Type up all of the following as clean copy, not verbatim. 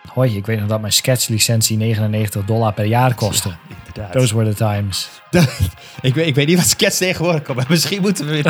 hoi, ik weet nog dat mijn sketchlicentie $99 per jaar kostte. Ja, inderdaad. Those were the times. ik weet niet wat sketch tegenwoordig komt, maar misschien moeten we weer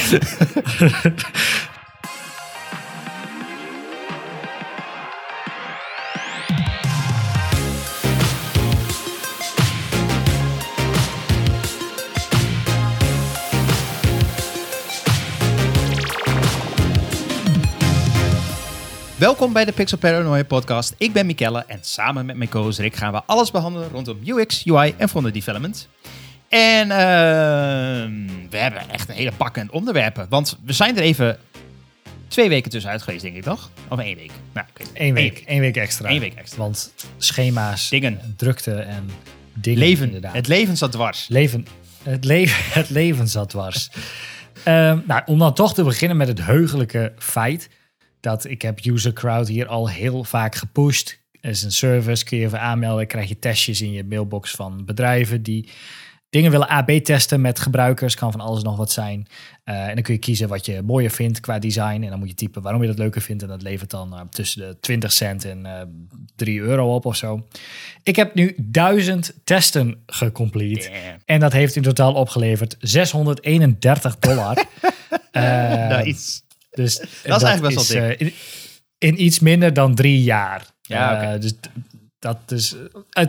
Welkom bij de Pixel Paranoia podcast. Ik ben Mikelle en samen met mijn co-host Rick gaan we alles behandelen rondom UX, UI en frontend development. En we hebben echt een hele pak aan onderwerpen, want we zijn er even 2 weken tussenuit geweest, denk ik, toch? Of 1 week? Nou, ik weet het. 1 week. 1 week extra. 1 week extra. Want schema's, Dingen. drukte en dingen. Leven. Inderdaad. Het leven zat dwars. Het leven zat dwars. Om dan toch te beginnen met het heugelijke feit dat ik heb UserCrowd hier al heel vaak gepusht. Er is een service, kun je even aanmelden, krijg je testjes in je mailbox van bedrijven die dingen willen AB testen met gebruikers, kan van alles nog wat zijn. En dan kun je kiezen wat je mooier vindt qua design. En dan moet je typen waarom je dat leuker vindt. En dat levert dan tussen de 20 cent en €3 op of zo. Ik heb nu 1000 testen gecomplete. Damn. En dat heeft in totaal opgeleverd $631. Nice. Dus Dat is eigenlijk best wel dik. In iets minder dan 3 jaar. Ja, oké. Dus dat is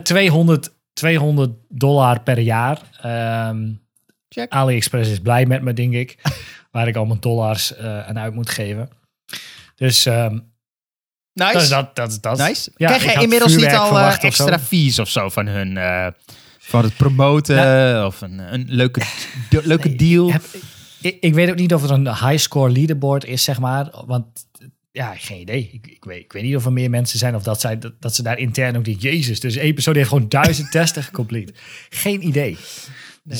$200 per jaar. Check. AliExpress is blij met me, denk ik. Waar ik al mijn dollars aan uit moet geven. Dus Nice. dat. Nice. Ja, Krijg ik je had inmiddels niet vuurwerk al verwacht of extra zo? fees of zo van hun, van het promoten of een leuke deal? Ik weet ook niet of er een high-score leaderboard is, zeg maar. Want ja, geen idee. Ik weet niet of er meer mensen zijn of dat ze daar intern ook denken, jezus, dus 1 persoon heeft gewoon 1000 testen gecomplete. Geen idee. Dus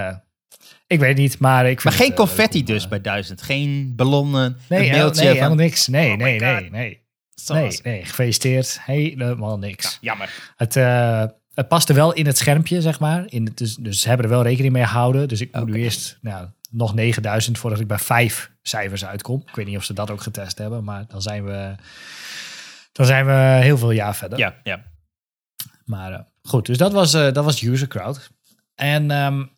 ik weet niet, maar ik vind Maar geen het, confetti leuk om, dus bij 1000. Geen ballonnen, Nee, een mailtje nee, van... helemaal niks. Nee, Oh my nee, God. nee. Zoals- Nee, gefeliciteerd. Helemaal niks. Jammer. Het paste wel in het schermpje, zeg maar. Dus ze hebben er wel rekening mee gehouden. Dus ik moet nu eerst nog 9000 voordat ik bij 5 cijfers uitkom. Ik weet niet of ze dat ook getest hebben, maar dan zijn we heel veel jaar verder. Ja. Maar goed, dus dat was UserCrowd. En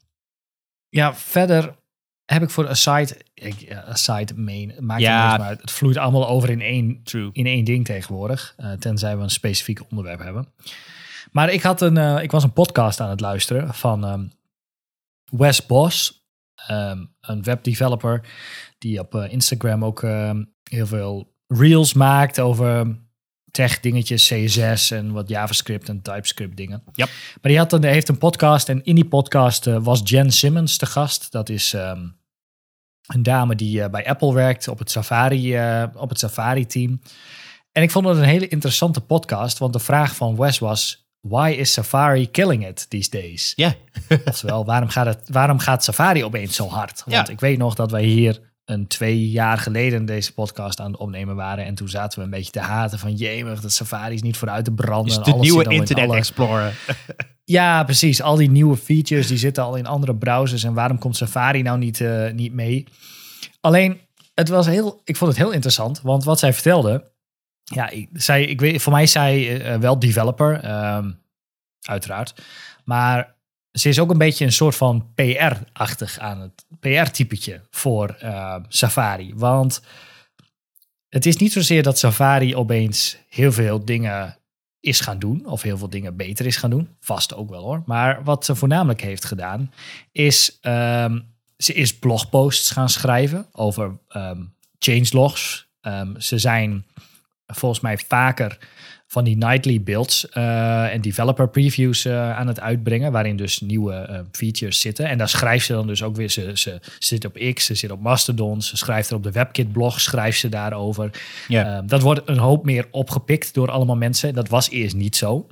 verder heb ik voor Aside main, maakt Ja. niet uit, maar het vloeit allemaal over in True. één ding tegenwoordig. Tenzij we een specifiek onderwerp hebben. Maar ik was een podcast aan het luisteren van Wes Bos, een webdeveloper die op Instagram ook heel veel reels maakt over tech dingetjes, CSS en wat JavaScript en TypeScript dingen. Yep. Maar die heeft een podcast en in die podcast was Jen Simmons te gast. Dat is een dame die bij Apple werkt op het Safari team. En ik vond het een hele interessante podcast, want de vraag van Wes was: why is Safari killing it these days? Ja. Oftewel, waarom gaat Safari opeens zo hard? Want Ja. ik weet nog dat wij hier 2 jaar geleden deze podcast aan het opnemen waren. En toen zaten we een beetje te haten van jemig, dat Safari is niet vooruit te branden. Is En de alles nieuwe zit al in Internet alle- Explorer. Ja, precies. Al die nieuwe features die zitten al in andere browsers. En waarom komt Safari nou niet mee? Alleen, ik vond het heel interessant. Want wat zij vertelde... Ja, voor mij is zij wel developer. Uiteraard. Maar ze is ook een beetje een soort van PR-achtig aan het... PR-typetje voor Safari. Want het is niet zozeer dat Safari opeens heel veel dingen is gaan doen, of heel veel dingen beter is gaan doen. Vast ook wel hoor. Maar wat ze voornamelijk heeft gedaan, is ze is blogposts gaan schrijven over changelogs. Ze zijn volgens mij vaker van die nightly builds en developer previews aan het uitbrengen, waarin dus nieuwe features zitten. En daar schrijft ze dan dus ook weer, ze zit op X, ze zit op Mastodon, ze schrijft er op de WebKit blog, schrijft ze daarover. Ja. Dat wordt een hoop meer opgepikt door allemaal mensen. Dat was eerst niet zo.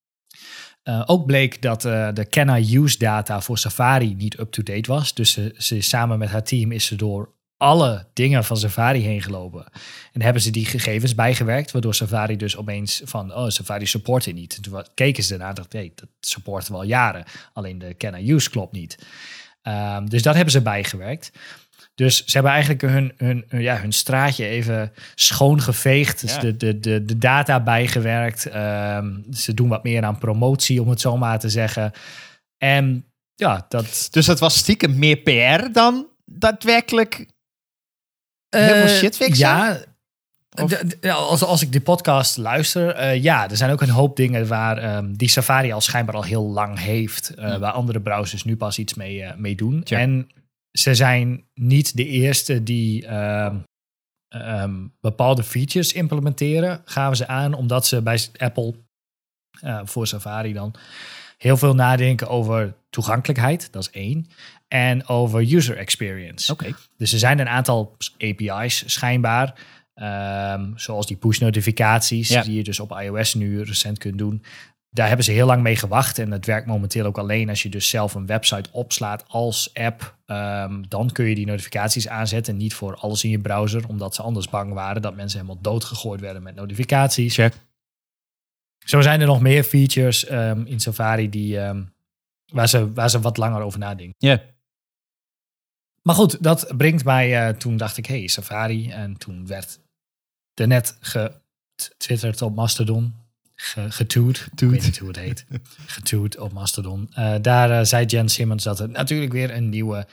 Ook bleek dat de Can I Use data voor Safari niet up-to-date was. Dus ze samen met haar team is ze door alle dingen van Safari heen gelopen. En hebben ze die gegevens bijgewerkt, waardoor Safari dus opeens van, Safari support het niet. En toen keken ze daarna en dachten, dat supporten we al jaren. Alleen de Can I Use klopt niet. Dus dat hebben ze bijgewerkt. Dus ze hebben eigenlijk hun straatje even schoongeveegd. Dus Ja. de data bijgewerkt. Ze doen wat meer aan promotie, om het zo maar te zeggen. En ja, dat... Dus dat was stiekem meer PR dan daadwerkelijk heel veel shit fixen? Ja, Of- als ik die podcast luister, er zijn ook een hoop dingen waar die Safari al schijnbaar al heel lang heeft, waar andere browsers nu pas iets mee doen. Sure. En ze zijn niet de eerste die bepaalde features implementeren, gaven ze aan, omdat ze bij Apple voor Safari dan heel veel nadenken over toegankelijkheid, dat is 1, en over user experience. Oké. Dus er zijn een aantal API's schijnbaar, zoals die push notificaties, Ja. die je dus op iOS nu recent kunt doen. Daar hebben ze heel lang mee gewacht en het werkt momenteel ook alleen als je dus zelf een website opslaat als app. Dan kun je die notificaties aanzetten, niet voor alles in je browser, omdat ze anders bang waren dat mensen helemaal doodgegooid werden met notificaties. Check. Zo zijn er nog meer features in Safari die, waar ze wat langer over nadenken. Ja. Maar goed, dat brengt mij, toen dacht ik, hey, Safari. En toen werd er net getwitterd op Mastodon. Getoet. Ik weet niet hoe het heet. Getoet op Mastodon. Daar zei Jen Simmons dat het natuurlijk weer een nieuwe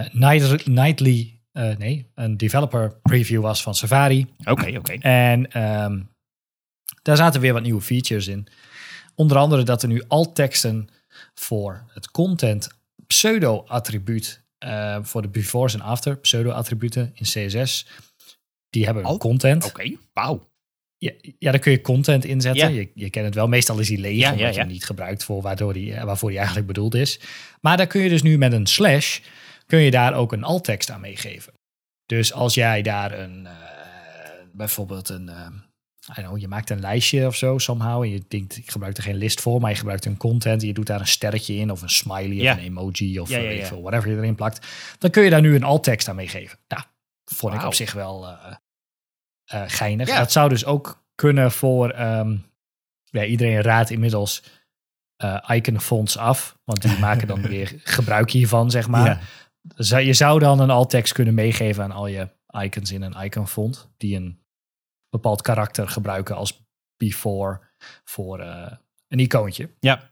een developer preview was van Safari. Oké. En daar zaten weer wat nieuwe features in. Onder andere dat er nu alt-teksten voor het content pseudo-attribuut, voor de before's en after pseudo-attributen in CSS, die hebben content. Oké. Wauw. Ja, daar kun je content inzetten. Ja. Je kent het wel. Meestal is die leeg, omdat je hem niet gebruikt voor waarvoor die eigenlijk bedoeld is. Maar daar kun je dus nu met een slash, kun je daar ook een alt-tekst aan meegeven. Dus als jij daar bijvoorbeeld je maakt een lijstje of zo somehow en je denkt, ik gebruik er geen list voor, maar je gebruikt een content en je doet daar een sterretje in of een smiley of een emoji of weet ik veel, whatever je erin plakt. Dan kun je daar nu een alt-tekst aan meegeven. Nou, vond ik op zich wel geinig. Ja. Dat zou dus ook kunnen voor iedereen raadt inmiddels icon fonts af, want die maken dan weer gebruik hiervan, zeg maar. Ja. Je zou dan een alt-tekst kunnen meegeven aan al je icons in een icon font die een bepaald karakter gebruiken als before voor een icoontje. Ja.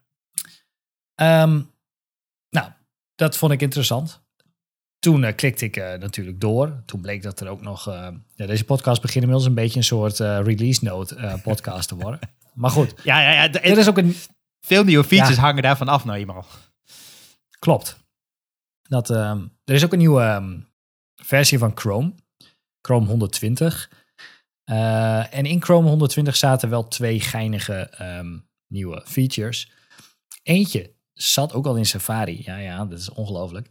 Nou, dat vond ik interessant. Toen klikte ik natuurlijk door. Toen bleek dat er ook nog... deze podcast begint inmiddels een beetje een soort release note podcast te worden. Maar goed. Ja. Er is ook een... Veel nieuwe features hangen daarvan af nou eenmaal. Klopt. Er is ook een nieuwe versie van Chrome. Chrome 120. En in Chrome 120 zaten wel 2 geinige nieuwe features. Eentje zat ook al in Safari. Ja, dat is ongelooflijk.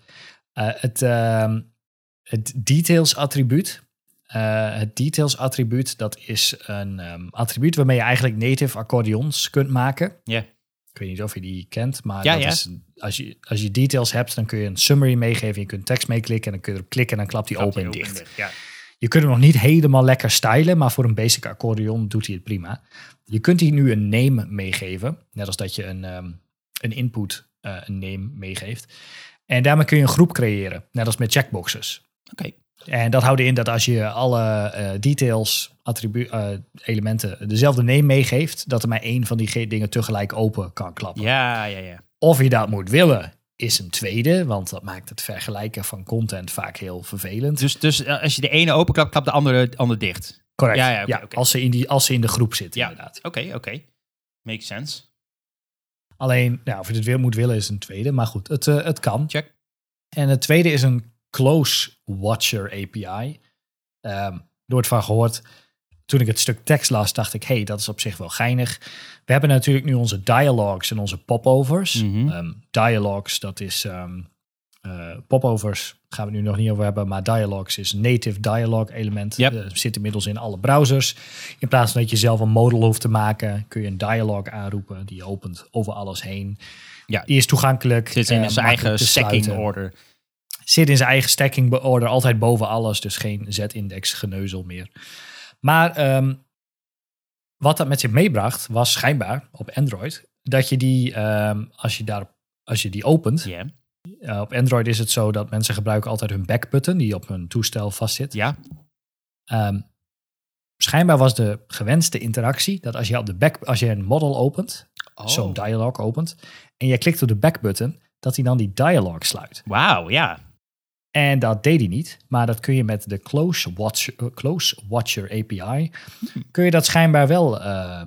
Het details attribuut. Het details attribuut, dat is een attribuut waarmee je eigenlijk native accordeons kunt maken. Ja. Ik weet niet of je die kent, maar Is, als je details hebt, dan kun je een summary meegeven. Je kunt tekst meeklikken en dan kun je erop klikken en dan klapt die open en dicht. Ja. Je kunt hem nog niet helemaal lekker stylen, maar voor een basic accordeon doet hij het prima. Je kunt hier nu een name meegeven, net als dat je een input een name meegeeft. En daarmee kun je een groep creëren, net als met checkboxes. Oké. En dat houdt in dat als je alle details, elementen dezelfde name meegeeft, dat er maar 1 van die dingen tegelijk open kan klappen. Ja. Of je dat moet willen, is een tweede, want dat maakt het vergelijken van content vaak heel vervelend. Dus als je de ene openklapt, klapt de andere dicht. Correct. Ja, okay. Als ze in de groep zitten, inderdaad. Oké. Makes sense. Alleen, of je het weer moet willen, is een tweede. Maar goed, het kan. Check. En het tweede is een Close Watcher API. Nooit van gehoord. Toen ik het stuk tekst las, dacht ik, hey, dat is op zich wel geinig. We hebben natuurlijk nu onze dialogues en onze popovers. Dialogues, dat is popovers, gaan we het nu nog niet over hebben, maar dialogues is een native dialogue element. Yep. Zit inmiddels in alle browsers. In plaats van dat je zelf een modal hoeft te maken, kun je een dialogue aanroepen. Die opent over alles heen. Ja. Die is toegankelijk. Zit in zijn eigen stacking order. Zit in zijn eigen stacking order, altijd boven alles. Dus geen Z-index geneuzel meer. Maar wat dat met zich meebracht, was schijnbaar op Android, dat je die, als je die opent, op Android is het zo dat mensen gebruiken altijd hun backbutton die op hun toestel vastzit. Ja. Schijnbaar was de gewenste interactie dat als je een model opent, zo'n dialog opent, en je klikt op de backbutton, dat hij dan die dialog sluit. Wauw, ja. En dat deed hij niet, maar dat kun je met de Close Watcher API, kun je dat schijnbaar wel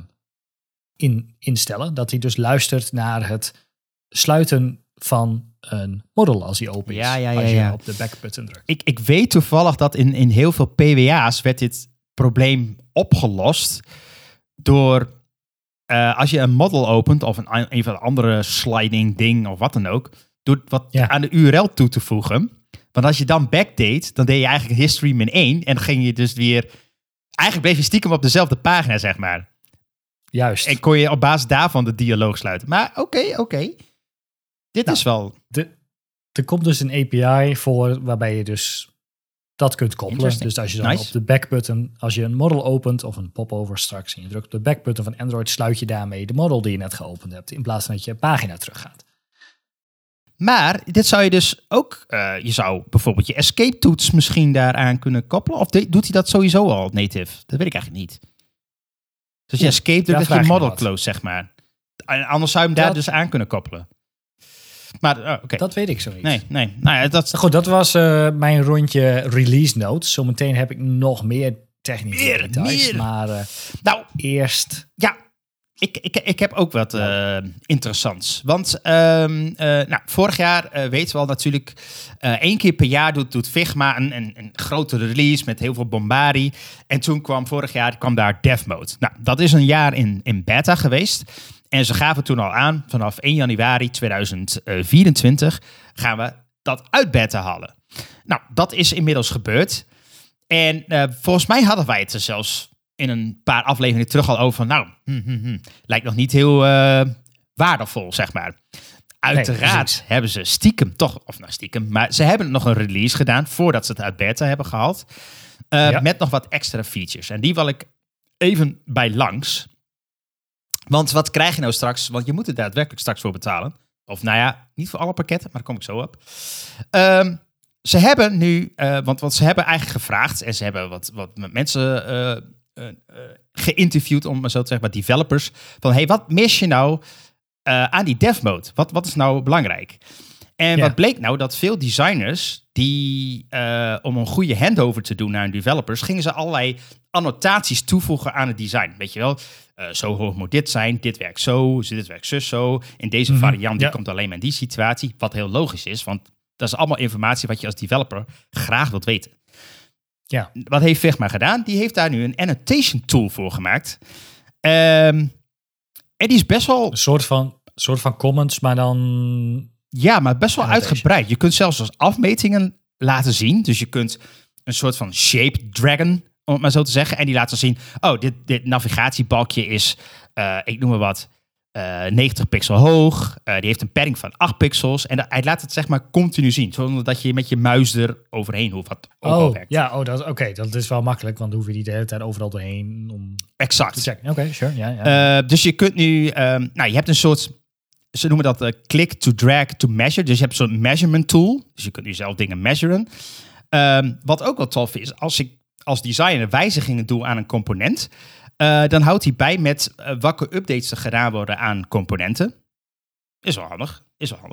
instellen. Dat hij dus luistert naar het sluiten van een model als hij open is. Als je op de backbutton drukt. Ik weet toevallig dat in heel veel PWA's werd dit probleem opgelost door als je een model opent of een van de andere sliding ding of wat dan ook, door wat aan de URL toe te voegen. Want als je dan backdate, dan deed je eigenlijk history -1 en dan ging je dus weer, eigenlijk bleef je stiekem op dezelfde pagina, zeg maar. Juist. En kon je op basis daarvan de dialoog sluiten. Maar oké. Dit is wel... Er komt dus een API voor waarbij je dus dat kunt koppelen. Dus als je dan op de backbutton, als je een model opent of een popover straks en je drukt op de backbutton van Android, sluit je daarmee de model die je net geopend hebt, in plaats van dat je pagina teruggaat. Maar dit zou je dus ook, je zou bijvoorbeeld je escape toets misschien daaraan kunnen koppelen. Of doet hij dat sowieso al native? Dat weet ik eigenlijk niet. Dus je escape doet dat je model close, zeg maar. En anders zou je hem daar dus aan kunnen koppelen. Maar dat weet ik zo niet. Nee. Nou ja, goed, dat was mijn rondje release notes. Zometeen heb ik nog meer technische details. Maar eerst... Ja, ik heb ook wat interessants. Want vorig jaar weten we al natuurlijk, 1 keer per jaar doet Figma een grote release met heel veel bombardie. En toen vorig jaar kwam daar dev mode. Nou, dat is een jaar in beta geweest. En ze gaven toen al aan, vanaf 1 januari 2024 gaan we dat uit beta halen. Nou, dat is inmiddels gebeurd. En volgens mij hadden wij het er zelfs in een paar afleveringen terug al over van, lijkt nog niet heel waardevol, zeg maar. Uiteraard hebben ze stiekem, maar ze hebben nog een release gedaan voordat ze het uit beta hebben gehaald. Met nog wat extra features. En die wil ik even bij langs. Want wat krijg je nou straks? Want je moet er daadwerkelijk straks voor betalen. Of niet voor alle pakketten, maar daar kom ik zo op. Ze hebben nu, want ze hebben eigenlijk gevraagd en ze hebben wat mensen geïnterviewd, om maar zo te zeggen, wat developers. Van, wat mis je nou aan die dev mode? Wat is nou belangrijk? En wat bleek nou? Dat veel designers, die om een goede handover te doen naar hun developers, gingen ze allerlei annotaties toevoegen aan het design. Weet je wel, zo hoog moet dit zijn, dit werkt zo, dit werkt zo. En deze variant die komt alleen maar in die situatie. Wat heel logisch is, want dat is allemaal informatie wat je als developer graag wilt weten. Ja. Wat heeft Figma gedaan? Die heeft daar nu een annotation tool voor gemaakt. En die is best wel... Een soort van comments, maar dan... Ja, maar best wel uitgebreid. Je kunt zelfs als afmetingen laten zien. Dus je kunt een soort van shape dragon, om het maar zo te zeggen. En die laten zien, dit navigatiebalkje is, ik noem maar wat, 90 pixel hoog. Die heeft een padding van 8 pixels. En hij laat het zeg maar continu zien. Zonder dat je met je muis er overheen hoeft. Wat ook al werkt. Ja, dat is wel makkelijk. Want dan hoef je niet de hele tijd overal doorheen om exact te checken. Oké, sure. Ja. Dus je kunt nu, je hebt een soort... Ze noemen dat click to drag to measure. Dus je hebt zo'n measurement tool. Dus je kunt nu zelf dingen measuren. Wat ook wel tof is, als ik als designer wijzigingen doe aan een component, dan houdt hij bij met welke updates er gedaan worden aan componenten. Is wel handig.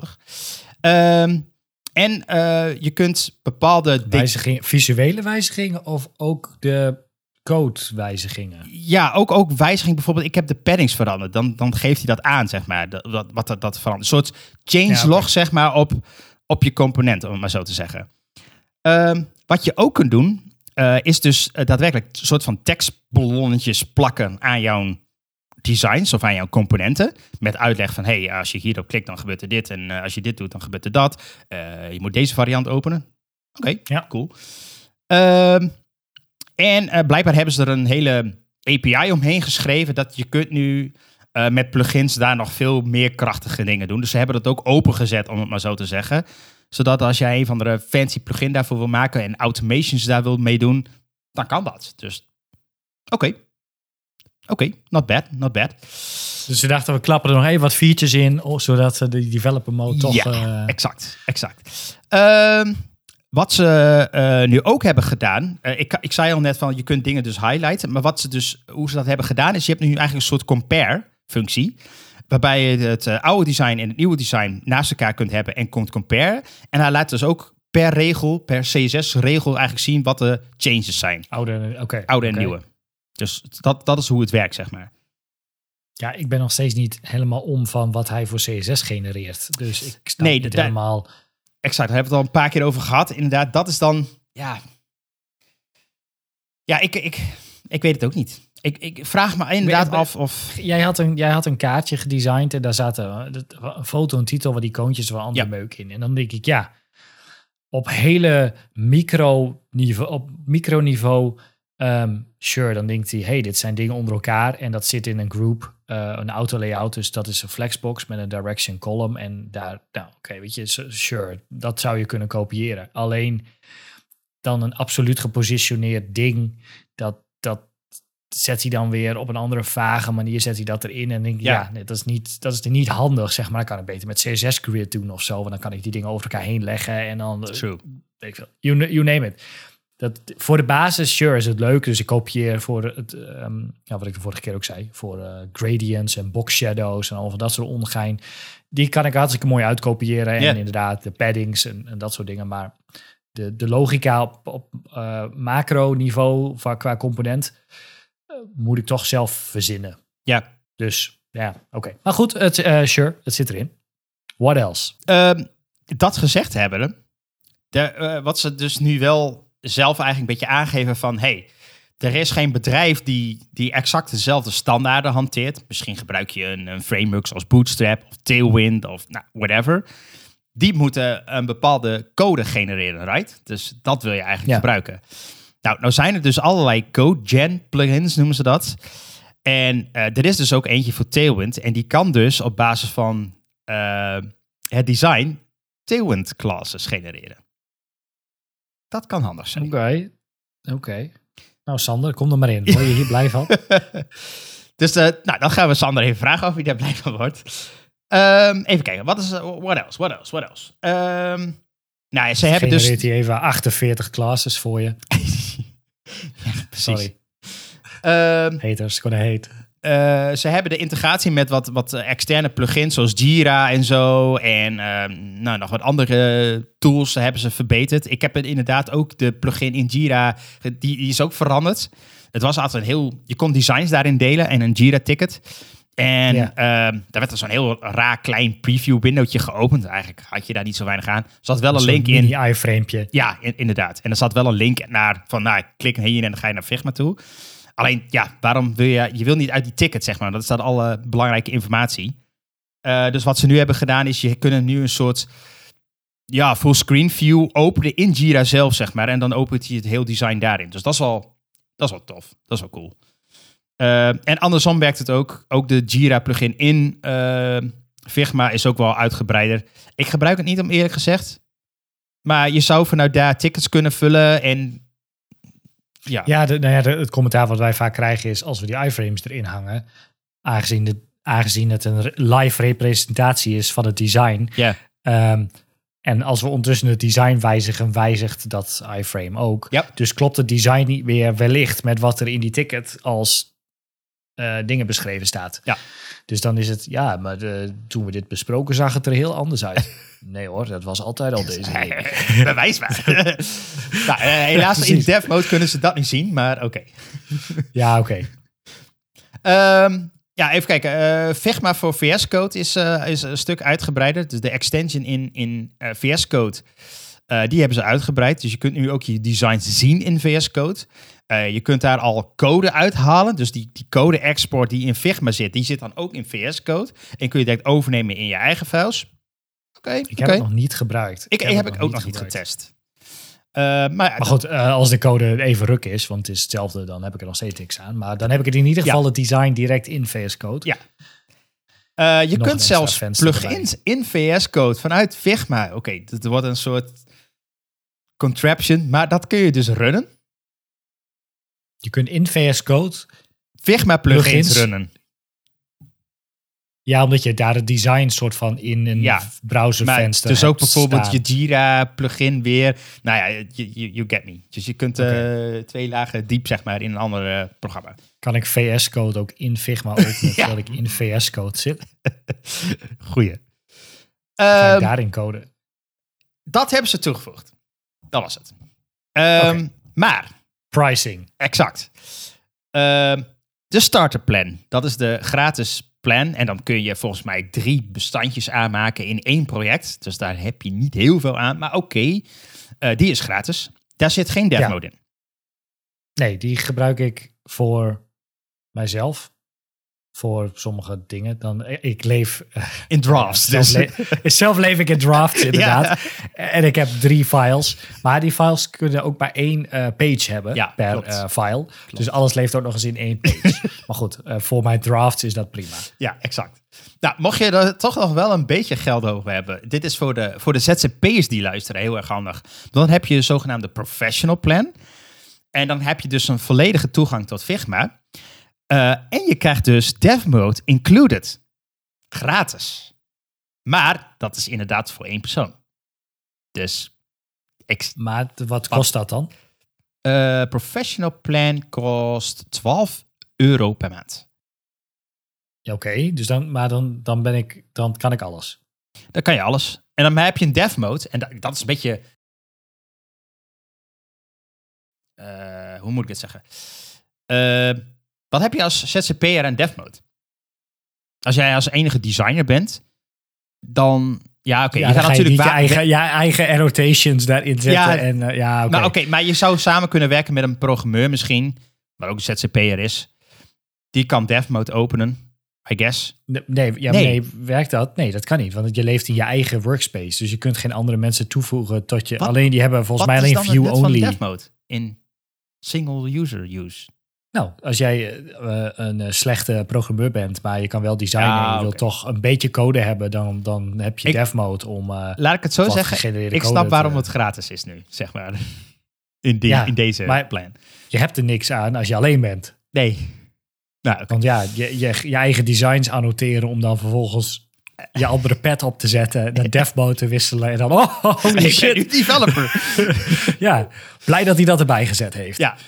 En je kunt bepaalde... Visuele wijzigingen of ook de codewijzigingen? Ja, ook wijziging. Bijvoorbeeld, ik heb de paddings veranderd. Dan geeft hij dat aan, zeg maar. Wat dat verandert. Een soort changelog, zeg maar, op je component, om het maar zo te zeggen. Wat je ook kunt doen, is dus daadwerkelijk een soort van tekstballonnetjes plakken aan jouw designs of aan jouw componenten. Met uitleg van, als je hierop klikt, dan gebeurt er dit. En als je dit doet, dan gebeurt er dat. Je moet deze variant openen. Oké, cool. En blijkbaar hebben ze er een hele API omheen geschreven dat je kunt nu met plugins daar nog veel meer krachtige dingen doen. Dus ze hebben dat ook opengezet, om het maar zo te zeggen. Zodat als jij een van de fancy plugin daarvoor wil maken en automations daar wil mee doen, dan kan dat. Dus oké, not bad. Dus ze dachten, we klappen er nog even wat features in, zodat de developer mode toch... Ja, exact. Wat ze nu ook hebben gedaan... Ik zei al net van, je kunt dingen dus highlighten. Maar hoe ze dat hebben gedaan is... Je hebt nu eigenlijk een soort compare-functie. Waarbij je het oude design en het nieuwe design naast elkaar kunt hebben en kunt compare. En hij laat dus ook per CSS-regel eigenlijk zien wat de changes zijn. Oude en nieuwe. Dus dat is hoe het werkt, zeg maar. Ja, ik ben nog steeds niet helemaal om van wat hij voor CSS genereert. Dus ik snap niet helemaal... Exact, daar hebben we het al een paar keer over gehad. Inderdaad, dat is dan... Ja, ik weet het ook niet. Ik vraag me inderdaad af of... Jij had een kaartje gedesigned en daar zaten een foto, een titel, wat icoontjes, wel andere meuk in. En dan denk ik, op hele microniveau... sure, dan denkt hij, hey, dit zijn dingen onder elkaar en dat zit in een group, een auto layout, dus dat is een flexbox met een direction column en daar, weet je, sure, dat zou je kunnen kopiëren. Alleen dan een absoluut gepositioneerd ding, dat zet hij dan weer op een andere vage manier, zet hij dat erin en denk ik, dat is niet handig, zeg maar. Dan kan ik beter met CSS Grid doen of zo, want dan kan ik die dingen over elkaar heen leggen en dan, True. You name it. Voor de basis, sure, is het leuk. Dus ik kopieer voor het, wat ik de vorige keer ook zei, voor gradients en box shadows en al van dat soort ongein. Die kan ik hartstikke mooi uitkopiëren. En inderdaad, de paddings en dat soort dingen. Maar de logica op macro niveau qua component moet ik toch zelf verzinnen. Ja. Dus oké. Maar goed, sure, het zit erin. What else? Dat gezegd hebben, wat ze dus nu wel zelf eigenlijk een beetje aangeven van... hey, er is geen bedrijf die exact dezelfde standaarden hanteert. Misschien gebruik je een framework zoals Bootstrap of Tailwind of whatever. Die moeten een bepaalde code genereren, right? Dus dat wil je eigenlijk gebruiken. Nou zijn er dus allerlei code gen plugins, noemen ze dat. En er is dus ook eentje voor Tailwind. En die kan dus op basis van het design Tailwind classes genereren. Dat kan handig zijn. Oké. Nou, Sander, kom er maar in. Word je hier blij van? Dus dan gaan we Sander even vragen of hij daar blij van wordt. Even kijken. What else? Ze hebben dus... Genereert hij even 48 classes voor je. Ja, precies. Sorry. Haters, gonna hate. Ze hebben de integratie met wat externe plugins zoals Jira en zo. En nog wat andere tools hebben ze verbeterd. Ik heb inderdaad ook de plugin in Jira, die is ook veranderd. Het was altijd je kon designs daarin delen en een Jira-ticket. En daar werd er zo'n heel raar klein preview windowtje geopend. Eigenlijk had je daar niet zo weinig aan. Er zat wel een link in. Een iframe-tje. Ja, inderdaad. En er zat wel een link naar klik hier en dan ga je naar Figma toe. Alleen, waarom wil je wil niet uit die ticket, zeg maar. Dat staat alle belangrijke informatie. Dus wat ze nu hebben gedaan is, je kunt nu een soort fullscreen view openen in Jira zelf, zeg maar. En dan opent hij het heel design daarin. Dus dat is wel tof. Dat is wel cool. En andersom werkt het ook. Ook de Jira plugin in Figma is ook wel uitgebreider. Ik gebruik het niet, om eerlijk gezegd. Maar je zou vanuit daar tickets kunnen vullen en... Het commentaar wat wij vaak krijgen is, als we die iframes erin hangen, aangezien het een live representatie is van het design. En als we ondertussen het design wijzigen, wijzigt dat iframe ook. Dus klopt het design niet meer wellicht met wat er in die ticket als dingen beschreven staat. Dus dan is het, maar toen we dit besproken zag het er heel anders uit. Nee hoor, dat was altijd al deze ding. Bewijsbaar. Helaas in dev mode kunnen ze dat niet zien, maar oké. Ja, oké. Even kijken. Figma voor VS Code is een stuk uitgebreider. Dus de extension in VS Code, die hebben ze uitgebreid. Dus je kunt nu ook je designs zien in VS Code. Je kunt daar al code uithalen. Dus die code export die in Figma zit, die zit dan ook in VS Code. En kun je direct overnemen in je eigen files. Ik heb het nog niet gebruikt. Ik heb het ook nog niet getest. Maar goed, als de code even ruk is, want het is hetzelfde, dan heb ik er nog steeds niks aan. Maar dan heb ik het in ieder geval het design direct in VS Code. Je kunt zelfs plugins in VS Code vanuit Figma. Oké, dat wordt een soort contraption, maar dat kun je dus runnen. Je kunt in VS Code Figma plugins runnen. Ja, omdat je daar het design soort van in een browservenster dus ook hebt bijvoorbeeld staan. je Jira plugin weer. Nou ja, you get me. Dus je kunt 2 lagen diep, zeg maar, in een ander programma. Kan ik VS Code ook in Figma openen, terwijl ik in VS Code zit? Goeie. Ga ik daarin coden? Dat hebben ze toegevoegd. Dat was het. Maar... Pricing. Exact. De starter plan. Dat is de gratis plan. En dan kun je volgens mij 3 bestandjes aanmaken in 1 project. Dus daar heb je niet heel veel aan. Maar oké, die is gratis. Daar zit geen dev mode in. Nee, die gebruik ik voor mijzelf. Voor sommige dingen. Ik leef... in drafts. Zelf leef ik in drafts, inderdaad. Ja. En ik heb 3 files. Maar die files kunnen ook maar 1 page hebben per file. Klopt. Dus alles leeft ook nog eens in 1 page. Maar goed, voor mijn drafts is dat prima. Ja, exact. Nou, mocht je er toch nog wel een beetje geld over hebben. Dit is voor de ZZP'ers die luisteren heel erg handig. Dan heb je een zogenaamde professional plan. En dan heb je dus een volledige toegang tot Figma. En je krijgt dus dev mode included. Gratis. Maar dat is inderdaad voor 1 persoon. Dus... Maar wat kost dat dan? Professional plan kost €12 per maand. Ja, oké, dus dan kan ik alles. Dan kan je alles. En dan heb je een dev mode. En dat is een beetje... hoe moet ik dit zeggen? Wat heb je als ZZP'er aan dev mode? Als jij als enige designer bent, dan... Ja, oké. je gaat natuurlijk je eigen annotations daarin zetten. Maar je zou samen kunnen werken met een programmeur misschien, maar ook een ZZP'er is. Die kan dev mode openen, I guess. Nee, werkt dat? Nee, dat kan niet, want je leeft in je eigen workspace. Dus je kunt geen andere mensen toevoegen tot je... Alleen die hebben volgens mij alleen view only. Wat is dan dev mode in single user use? Nou, als jij een slechte programmeur bent, maar je kan wel designen en je wil toch een beetje code hebben, dan heb je dev mode om... laat ik het zo zeggen, ik snap waarom het gratis is nu, zeg maar. In deze plan. Je hebt er niks aan als je alleen bent. Nee. Nou, want je eigen designs annoteren om dan vervolgens je andere pad op te zetten, naar dev mode te wisselen en dan, holy shit. Ik ben developer. Ja, blij dat hij dat erbij gezet heeft. Ja.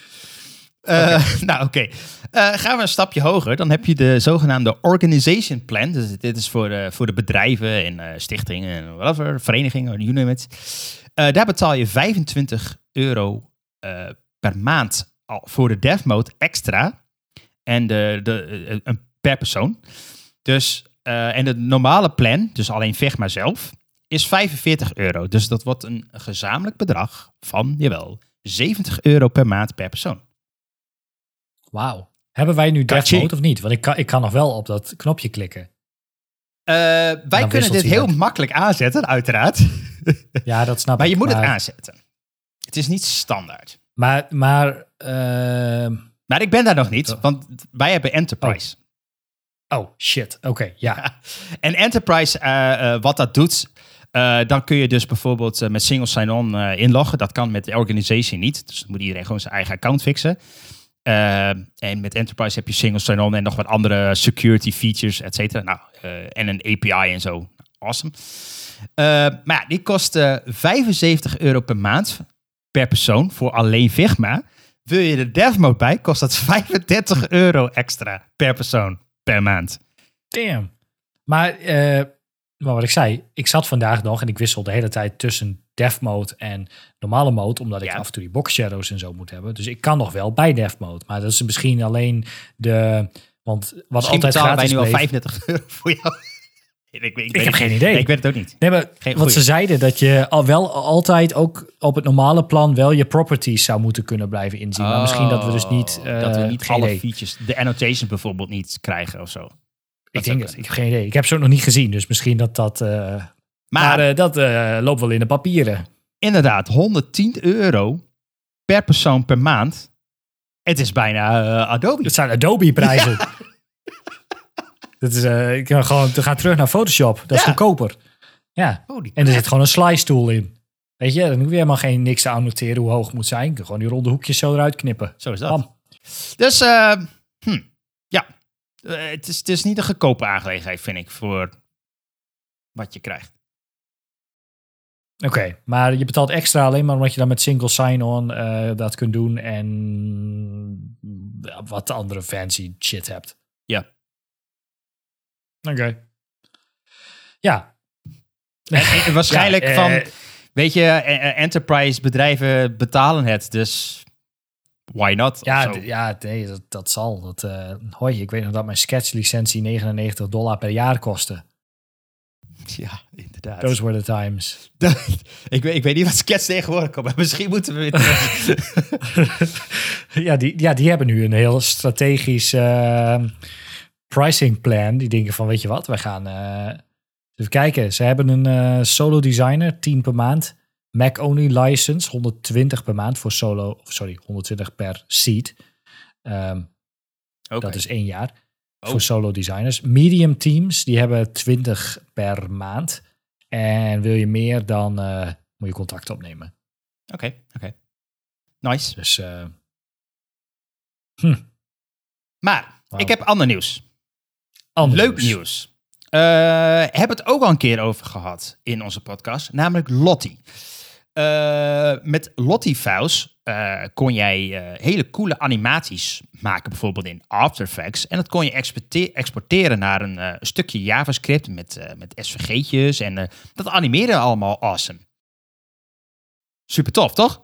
Nou, oké. Gaan we een stapje hoger. Dan heb je de zogenaamde organization plan. Dus dit is voor de bedrijven en stichtingen en whatever, verenigingen, you name it. Daar betaal je €25 per maand voor de dev mode extra. En per persoon. Dus, en de normale plan, dus alleen Figma zelf, is €45. Dus dat wordt een gezamenlijk bedrag van, jawel, €70 per maand per persoon. Wauw. Hebben wij nu dev mode of niet? Want ik kan nog wel op dat knopje klikken. Wij kunnen dit heel makkelijk aanzetten, uiteraard. Ja, dat snap ik. Maar je moet het aanzetten. Het is niet standaard. Maar ik ben daar nog niet, want wij hebben Enterprise. Oh shit. Oké, ja. En Enterprise, wat dat doet... dan kun je dus bijvoorbeeld met single sign-on inloggen. Dat kan met de organization niet. Dus dan moet iedereen gewoon zijn eigen account fixen. En met Enterprise heb je single sign-on en nog wat andere security features, et cetera. Nou, en een API en zo. Awesome. Maar ja, die kost €75 per maand per persoon voor alleen Figma. Wil je de dev mode bij, kost dat €35 extra per persoon per maand. Damn. Maar wat ik zei, ik zat vandaag nog en ik wissel de hele tijd tussen dev mode en normale mode, omdat ik af en toe die box shadows en zo moet hebben. Dus ik kan nog wel bij dev mode, maar dat is misschien alleen want wat misschien altijd betalen gratis wij nu al bleef, €35 voor jou. Ik heb geen idee. Nee, ik weet het ook niet. Nee, maar wat ze zeiden, dat je wel altijd ook op het normale plan wel je properties zou moeten kunnen blijven inzien. Maar misschien dat we dus niet... dat we niet alle features, de annotations bijvoorbeeld niet krijgen of zo. Ik denk het. Ik heb geen idee. Ik heb ze ook nog niet gezien, dus misschien dat... Maar dat loopt wel in de papieren. Inderdaad, €110 per persoon per maand. Het is bijna Adobe. Het zijn Adobe-prijzen. Ja. Dat is, ik kan gewoon gaan terug naar Photoshop. Dat is goedkoper. Ja. En er zit gewoon een slice tool in. Weet je, dan hoef je helemaal niks te annoteren hoe hoog het moet zijn. Je kan gewoon die ronde hoekjes zo eruit knippen. Zo is dat. Bam. Dus, ja. Het is niet een goedkope aangelegenheid, vind ik, voor wat je krijgt. Oké, maar je betaalt extra alleen maar omdat je dan met single sign-on dat kunt doen en wat andere fancy shit hebt. Ja. Oké. Ja. En waarschijnlijk weet je, enterprise bedrijven betalen het, dus why not? Nee, dat zal. Hoi, ik weet nog dat mijn sketch-licentie $99 per jaar kostte. Ja, inderdaad. Those were the times. ik weet niet wat sketch tegenwoordig komt, maar misschien moeten we weer die hebben nu een heel strategisch pricing plan. Die denken van, weet je wat, wij gaan even kijken. Ze hebben een solo designer, 10 per maand. Mac-only license, 120 per maand voor solo. Sorry, 120 per seat. Dat is 1 jaar. Voor solo designers. Medium teams, die hebben 20 per maand. En wil je meer, dan moet je contact opnemen. Oké. Nice. Dus, Maar, ik heb ander nieuws. Leuk nieuws. Heb het ook al een keer over gehad in onze podcast. Namelijk Lottie. Met Lottie-files kon jij hele coole animaties maken, bijvoorbeeld in After Effects. En dat kon je exporteren naar een stukje JavaScript met SVG'tjes. En dat animeerde allemaal awesome. Super tof, toch?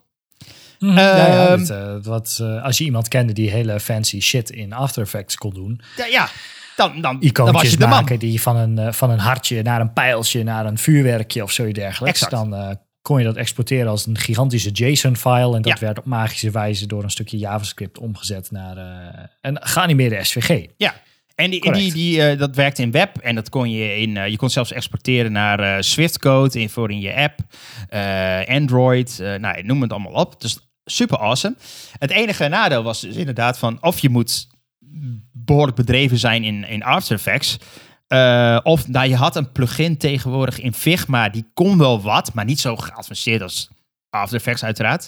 Als je iemand kende die hele fancy shit in After Effects kon doen. Dan icoontjes was je de maken man. die van een hartje naar een pijltje naar een vuurwerkje of zoiets dergelijks. Exact. Dan kon je dat exporteren als een gigantische JSON-file. En dat werd op magische wijze door een stukje JavaScript omgezet naar een geanimeerde SVG. Ja, en dat werkte in web. En dat kon je kon zelfs exporteren naar Swift-code voor in je app. Android, noem het allemaal op. Dus super awesome. Het enige nadeel was dus inderdaad van of je moet behoorlijk bedreven zijn in After Effects. Of je had een plugin tegenwoordig in Figma. Die kon wel wat, maar niet zo geavanceerd als After Effects uiteraard.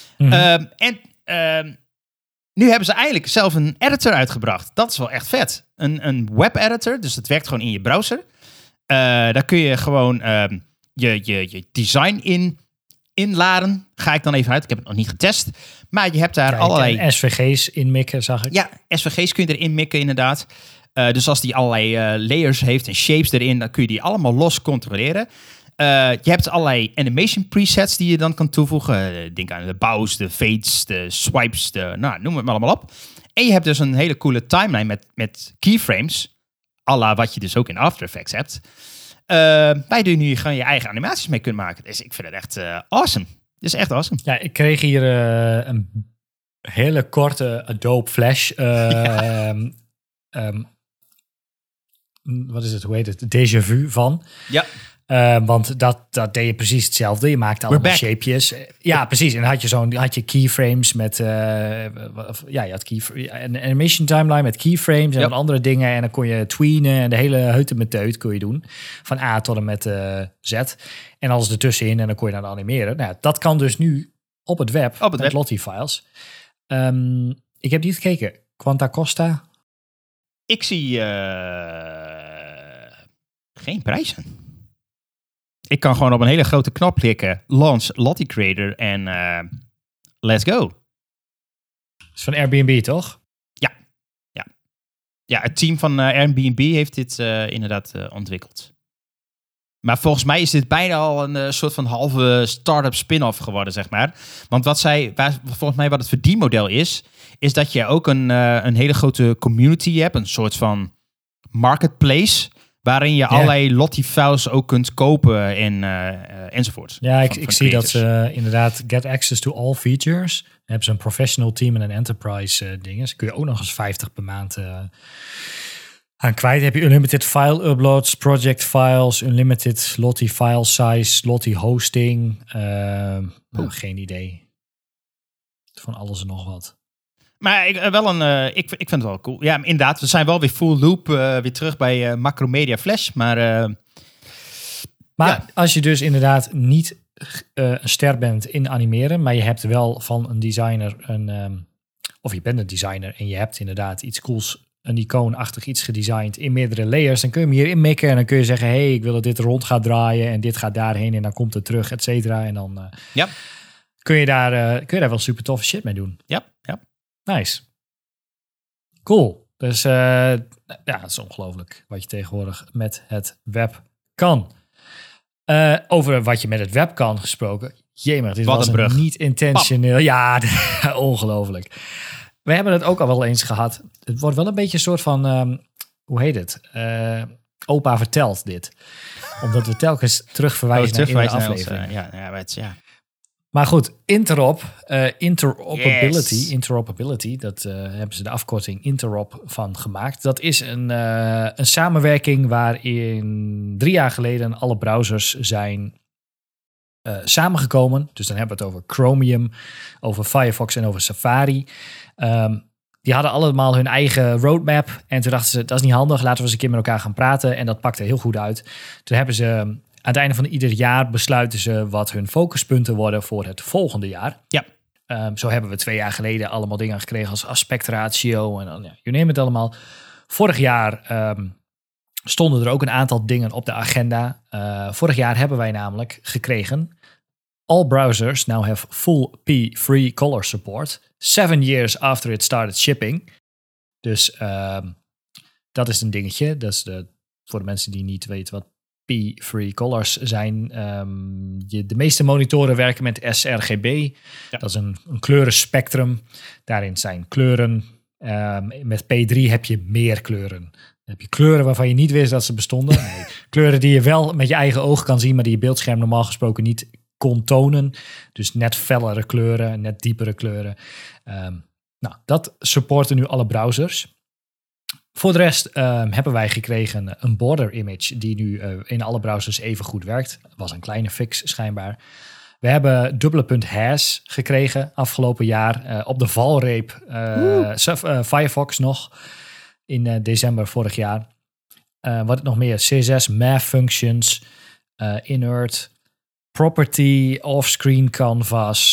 Nu hebben ze eigenlijk zelf een editor uitgebracht. Dat is wel echt vet. Een web editor, dus het werkt gewoon in je browser. Daar kun je gewoon je design inladen. Ga ik dan even uit. Ik heb het nog niet getest. Maar je hebt daar allerlei SVG's inmikken, zag ik. Ja, SVG's kun je erin mikken inderdaad. Dus als die allerlei layers heeft en shapes erin, dan kun je die allemaal los controleren. Je hebt allerlei animation presets die je dan kan toevoegen. Denk aan de bows, de fades, de swipes, noem het maar allemaal op. En je hebt dus een hele coole timeline met keyframes. À la wat je dus ook in After Effects hebt. Waar je nu gewoon je eigen animaties mee kunt maken. Dus ik vind het echt awesome. Het is echt awesome. Ja, ik kreeg hier een hele korte Adobe Flash. Wat is het? Hoe heet het? Déjà vu van. Ja. Want dat deed je precies hetzelfde. Je maakte allemaal shapejes. Ja, precies. En dan had je keyframes met... je had een animation timeline met keyframes en andere dingen. En dan kon je tweenen en de hele heutemeteut kon je doen. Van A tot en met Z. En alles ertussenin en dan kon je dan animeren. Nou, dat kan dus nu op het web met Lottie-files. Ik heb niet gekeken. Quanta Costa? Ik zie geen prijzen. Ik kan gewoon op een hele grote knop klikken. Launch Lottie Creator en let's go. Dat is van Airbnb, toch? Ja, het team van Airbnb heeft dit inderdaad ontwikkeld. Maar volgens mij is dit bijna al een soort van halve start-up spin-off geworden, zeg maar. Want volgens mij wat het verdienmodel is dat je ook een hele grote community hebt. Een soort van marketplace. Waarin je allerlei Lottie-files ook kunt kopen enzovoort. Ja, ik zie dat ze inderdaad get access to all features. Dan hebben ze een professional team en een enterprise dinges. Kun je ook nog eens 50 per maand aan kwijt. Heb je unlimited file uploads, project files, unlimited Lottie file size, Lottie hosting. Geen idee. Van alles en nog wat. Maar ik vind het wel cool. Ja, inderdaad, we zijn wel weer full loop weer terug bij Macromedia Flash. Maar als je dus inderdaad niet een ster bent in animeren, maar je hebt wel van een designer of je bent een designer en je hebt inderdaad iets cools een icoonachtig iets gedesigned in meerdere layers. Dan kun je hem hierin mikken en dan kun je zeggen, hey, ik wil dat dit rond gaat draaien en dit gaat daarheen en dan komt het terug, et cetera. En dan kun je daar wel super toffe shit mee doen. Ja. Nice. Cool. Dus het is ongelooflijk wat je tegenwoordig met het web kan. Over wat je met het web kan gesproken. Jemig, dit was een niet intentioneel. Pap. Ja, ongelooflijk. We hebben het ook al wel eens gehad. Het wordt wel een beetje een soort van, hoe heet het? Opa vertelt dit. Omdat we telkens terugverwijzen naar de aflevering. Ja. Maar goed, interoperability, dat hebben ze de afkorting interop van gemaakt. Dat is een samenwerking waarin 3 jaar geleden alle browsers zijn samengekomen. Dus dan hebben we het over Chromium, over Firefox en over Safari. Die hadden allemaal hun eigen roadmap. En toen dachten ze, dat is niet handig, laten we eens een keer met elkaar gaan praten. En dat pakte heel goed uit. Toen hebben ze aan het einde van ieder jaar besluiten ze wat hun focuspunten worden voor het volgende jaar. Ja. Zo hebben we 2 jaar geleden allemaal dingen gekregen als aspectratio en dan, je neemt het allemaal. Vorig jaar stonden er ook een aantal dingen op de agenda. Vorig jaar hebben wij namelijk gekregen, all browsers now have full P-free color support 7 years after it started shipping. Dus dat is een dingetje. Dat is voor de mensen die niet weten wat P-free colors zijn. De meeste monitoren werken met sRGB. Ja. Dat is een kleurenspectrum. Daarin zijn kleuren. Met P3 heb je meer kleuren. Dan heb je kleuren waarvan je niet wist dat ze bestonden. Nee, kleuren die je wel met je eigen ogen kan zien, maar die je beeldscherm normaal gesproken niet kon tonen. Dus net fellere kleuren, net diepere kleuren. Dat supporten nu alle browsers. Voor de rest hebben wij gekregen een border image die nu in alle browsers even goed werkt. Dat was een kleine fix schijnbaar. We hebben #has gekregen afgelopen jaar op de valreep. Firefox nog in december vorig jaar. Wat nog meer? CSS, math functions, inert, property, offscreen canvas,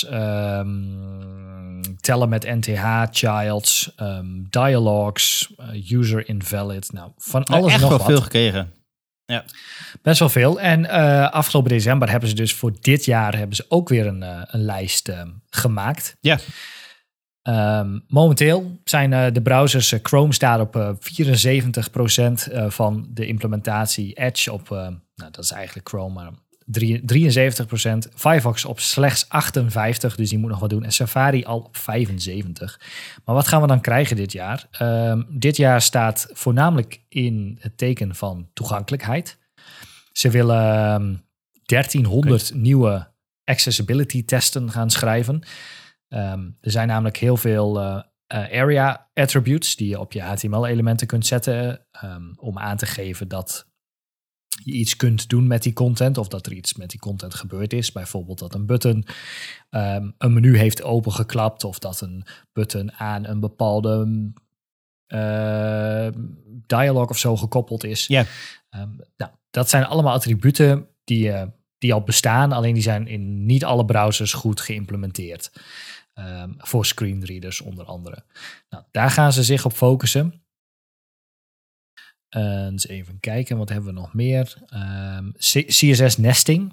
tellen met NTH, childs, dialogues, user invalid. Nou, van alles echt nog wel wat. veel gekregen. Ja. Best wel veel. En afgelopen december hebben ze dus voor dit jaar hebben ze ook weer een lijst gemaakt. Ja. Momenteel zijn de browsers, Chrome staat op 74% van de implementatie. Edge op, dat is eigenlijk Chrome, maar 73%. Firefox op slechts 58%, dus die moet nog wat doen. En Safari al op 75%. Maar wat gaan we dan krijgen dit jaar? Dit jaar staat voornamelijk in het teken van toegankelijkheid. Ze willen 1300 nieuwe accessibility testen gaan schrijven. Er zijn namelijk heel veel area attributes die je op je HTML-elementen kunt zetten om aan te geven dat je iets kunt doen met die content of dat er iets met die content gebeurd is. Bijvoorbeeld dat een button een menu heeft opengeklapt of dat een button aan een bepaalde dialog of zo gekoppeld is. Yeah. Dat zijn allemaal attributen die al bestaan, alleen die zijn in niet alle browsers goed geïmplementeerd. Voor screenreaders onder andere. Nou, daar gaan ze zich op focussen. Dus even kijken, wat hebben we nog meer? CSS nesting.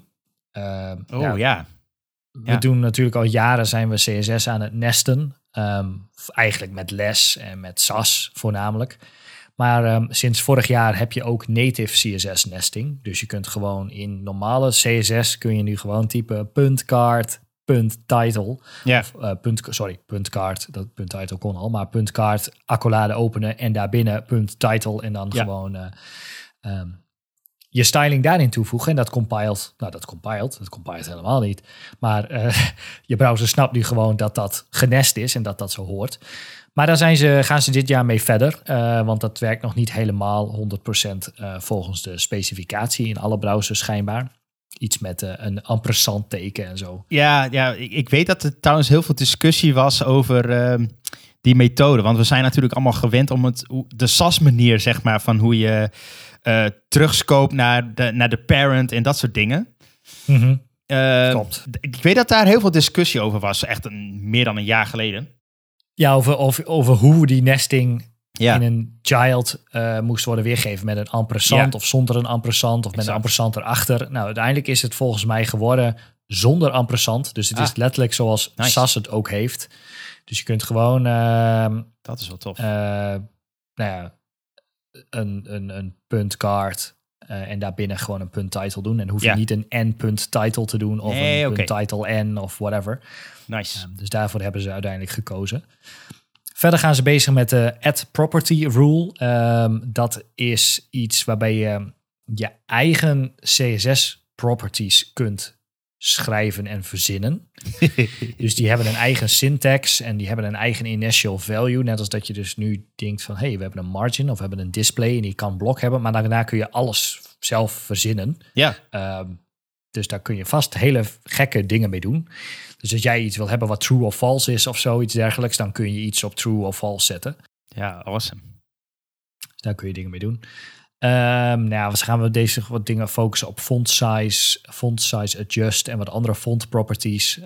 We doen natuurlijk al jaren zijn we CSS aan het nesten. Eigenlijk met LESS en met SAS voornamelijk. Maar sinds vorig jaar heb je ook native CSS nesting. Dus je kunt gewoon in normale CSS kun je nu gewoon typen .card, .title. Ja. .card, dat .title kon al, maar .card, accolade openen en daarbinnen .title en dan gewoon je styling daarin toevoegen. En dat compilt. Nou, dat compilt helemaal niet. Maar je browser snapt nu gewoon dat dat genest is en dat dat zo hoort. Maar daar gaan ze dit jaar mee verder. Want dat werkt nog niet helemaal 100% volgens de specificatie in alle browsers schijnbaar. Iets met een ampersand teken en zo. Ja, ik weet dat er trouwens heel veel discussie was over die methode. Want we zijn natuurlijk allemaal gewend om de SAS-manier, zeg maar, van hoe je terugscope naar de parent en dat soort dingen. Mm-hmm. Klopt. Ik weet dat daar heel veel discussie over was. Echt meer dan een jaar geleden. Ja, over hoe die nesting Ja. in een child moest worden weergegeven met een ampersand Ja. of zonder een ampersand of met een ampersand erachter. Nou, uiteindelijk is het volgens mij geworden zonder ampersand. Dus het is letterlijk zoals SAS het ook heeft. Dus je kunt gewoon Dat is wel tof. een puntkaart en daarbinnen gewoon een punt title doen. En hoef je niet een n-punt title te doen of een punt title n of whatever. Nice. Dus daarvoor hebben ze uiteindelijk gekozen. Verder gaan ze bezig met de add property rule. Dat is iets waarbij je je eigen CSS properties kunt schrijven en verzinnen. Dus die hebben een eigen syntax en die hebben een eigen initial value. Net als dat je dus nu denkt van, hey, we hebben een margin of we hebben een display en die kan blok hebben. Maar daarna kun je alles zelf verzinnen. Ja. Dus daar kun je vast hele gekke dingen mee doen. Dus als jij iets wil hebben wat true of false is of zoiets dergelijks, dan kun je iets op true of false zetten. Ja, awesome. Dus daar kun je dingen mee doen. Dus gaan we deze wat dingen focussen op font size adjust en wat andere font properties.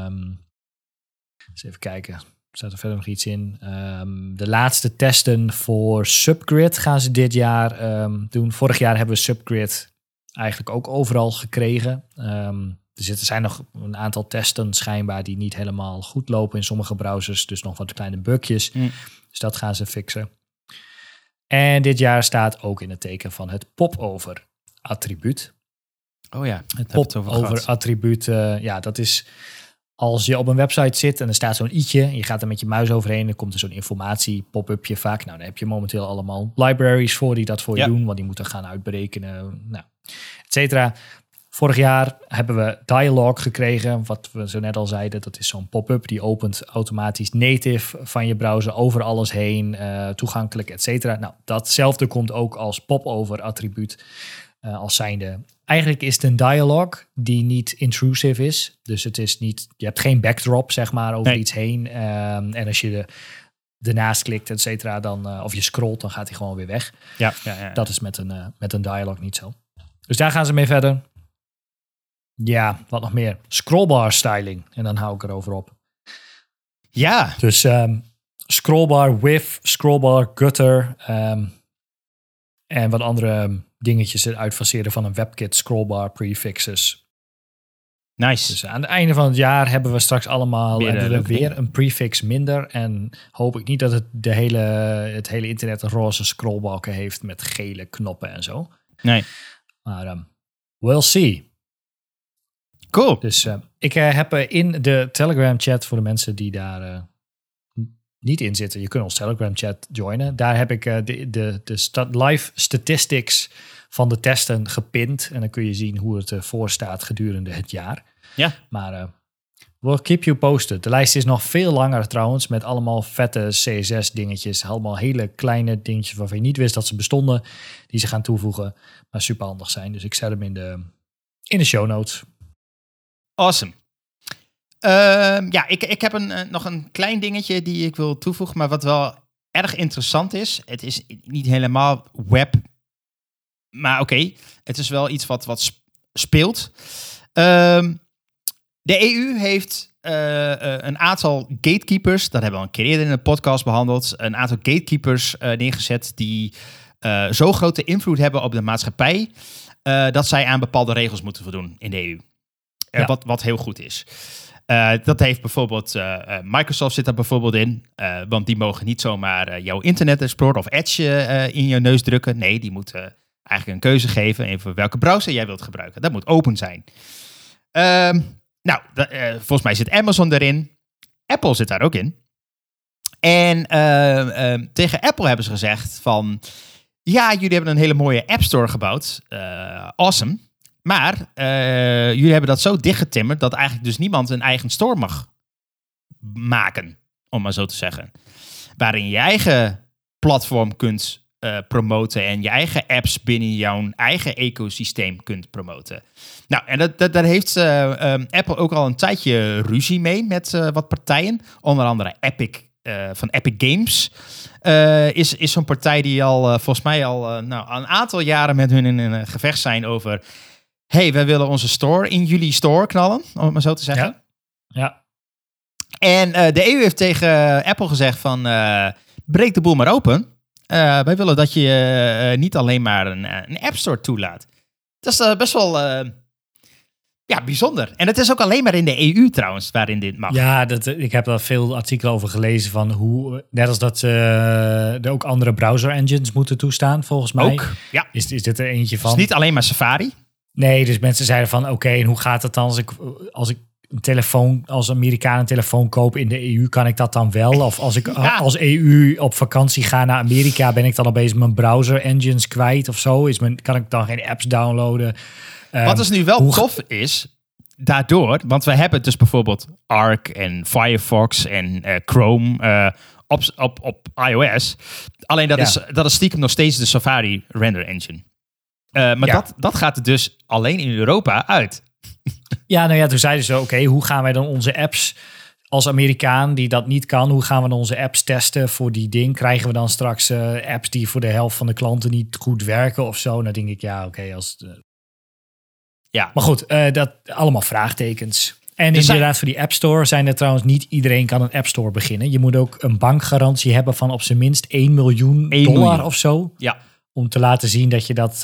Eens even kijken. Staat er verder nog iets in? De laatste testen voor Subgrid gaan ze dit jaar doen. Vorig jaar hebben we Subgrid eigenlijk ook overal gekregen. Er zijn nog een aantal testen schijnbaar die niet helemaal goed lopen in sommige browsers. Dus nog wat kleine bugjes. Dus dat gaan ze fixen. En dit jaar staat ook in het teken van het popover attribuut. Oh ja, het popover attribuut. Dat is als je op een website zit en er staat zo'n i'tje en je gaat er met je muis overheen, dan komt er zo'n informatie pop-upje vaak. Nou, dan heb je momenteel allemaal libraries voor die dat voor je doen, want die moeten gaan uitberekenen, et cetera. Vorig jaar hebben we Dialog gekregen, wat we zo net al zeiden. Dat is zo'n pop-up die opent automatisch native van je browser over alles heen, toegankelijk, et cetera. Nou, datzelfde komt ook als popover attribuut als zijnde. Eigenlijk is het een dialog die niet intrusive is. Dus het is niet, je hebt geen backdrop, zeg maar, over iets heen. En als je ernaast klikt, et cetera, dan, of je scrolt, dan gaat hij gewoon weer weg. Ja. Dat is met een dialog niet zo. Dus daar gaan ze mee verder. Ja, wat nog meer? Scrollbar styling. En dan hou ik erover op. Ja. Dus scrollbar width, scrollbar gutter. En wat andere dingetjes eruit faceren van een WebKit scrollbar prefixes. Nice. Dus aan het einde van het jaar hebben we straks allemaal weer een prefix minder. En hoop ik niet dat het hele internet een roze scrollbalken heeft met gele knoppen en zo. Nee. Maar we'll see. Cool. Dus ik heb in de Telegram chat voor de mensen die daar niet in zitten. Je kunt ons Telegram chat joinen. Daar heb ik de live statistics van de testen gepind. En dan kun je zien hoe het voor staat gedurende het jaar. Ja. Maar we'll keep you posted. De lijst is nog veel langer trouwens. Met allemaal vette CSS dingetjes. Allemaal hele kleine dingetjes waarvan je niet wist dat ze bestonden. Die ze gaan toevoegen. Maar super handig zijn. Dus ik zet hem in de show notes. Awesome. Ik heb nog een klein dingetje die ik wil toevoegen, maar wat wel erg interessant is. Het is niet helemaal web, maar oké, het is wel iets wat speelt. De EU heeft een aantal gatekeepers, dat hebben we al een keer eerder in de podcast behandeld, een aantal gatekeepers neergezet die zo grote invloed hebben op de maatschappij, dat zij aan bepaalde regels moeten voldoen in de EU. Wat heel goed is. Dat heeft bijvoorbeeld Microsoft zit daar bijvoorbeeld in. Want die mogen niet zomaar jouw Internet Explorer of Edge in je neus drukken. Nee, die moeten eigenlijk een keuze geven over welke browser jij wilt gebruiken. Dat moet open zijn. Volgens mij zit Amazon erin. Apple zit daar ook in. En tegen Apple hebben ze gezegd van, ja, jullie hebben een hele mooie App Store gebouwd. Awesome. Maar jullie hebben dat zo dichtgetimmerd dat eigenlijk dus niemand een eigen store mag maken, om maar zo te zeggen. Waarin je je eigen platform kunt promoten en je eigen apps binnen jouw eigen ecosysteem kunt promoten. Nou, en daar heeft Apple ook al een tijdje ruzie mee met wat partijen. Onder andere Epic, van Epic Games. Is zo'n partij die al volgens mij al een aantal jaren met hun in een gevecht zijn over, hey, wij willen onze store in jullie store knallen, om het maar zo te zeggen. Ja. En de EU heeft tegen Apple gezegd van, breek de boel maar open. wij willen dat je niet alleen maar een App Store toelaat. Dat is best wel bijzonder. En het is ook alleen maar in de EU trouwens, waarin dit mag. Ja, ik heb daar veel artikelen over gelezen van hoe, net als dat er ook andere browser engines moeten toestaan, volgens mij. Ook, ja. Is dit er eentje van? Het is niet alleen maar Safari. Nee, dus mensen zeiden van oké, en hoe gaat het dan als ik een telefoon, als Amerikaan een telefoon koop in de EU, kan ik dat dan wel? Of als ik als EU op vakantie ga naar Amerika, ben ik dan opeens mijn browser engines kwijt of zo? Kan ik dan geen apps downloaden? Wat dus nu wel tof is, daardoor, want we hebben dus bijvoorbeeld Arc en Firefox en Chrome op iOS. Alleen dat is stiekem nog steeds de Safari render engine. Maar dat gaat er dus alleen in Europa uit. Ja, nou ja, toen zeiden ze, oké, hoe gaan wij dan onze apps als Amerikaan die dat niet kan, hoe gaan we dan onze apps testen voor die ding? Krijgen we dan straks apps die voor de helft van de klanten niet goed werken of zo? Dan denk ik, ja. Maar goed, dat allemaal vraagtekens. En inderdaad, voor die App Store zijn er trouwens niet iedereen kan een App Store beginnen. Je moet ook een bankgarantie hebben van op zijn minst $1 miljoen of zo. Ja. Om te laten zien dat je dat...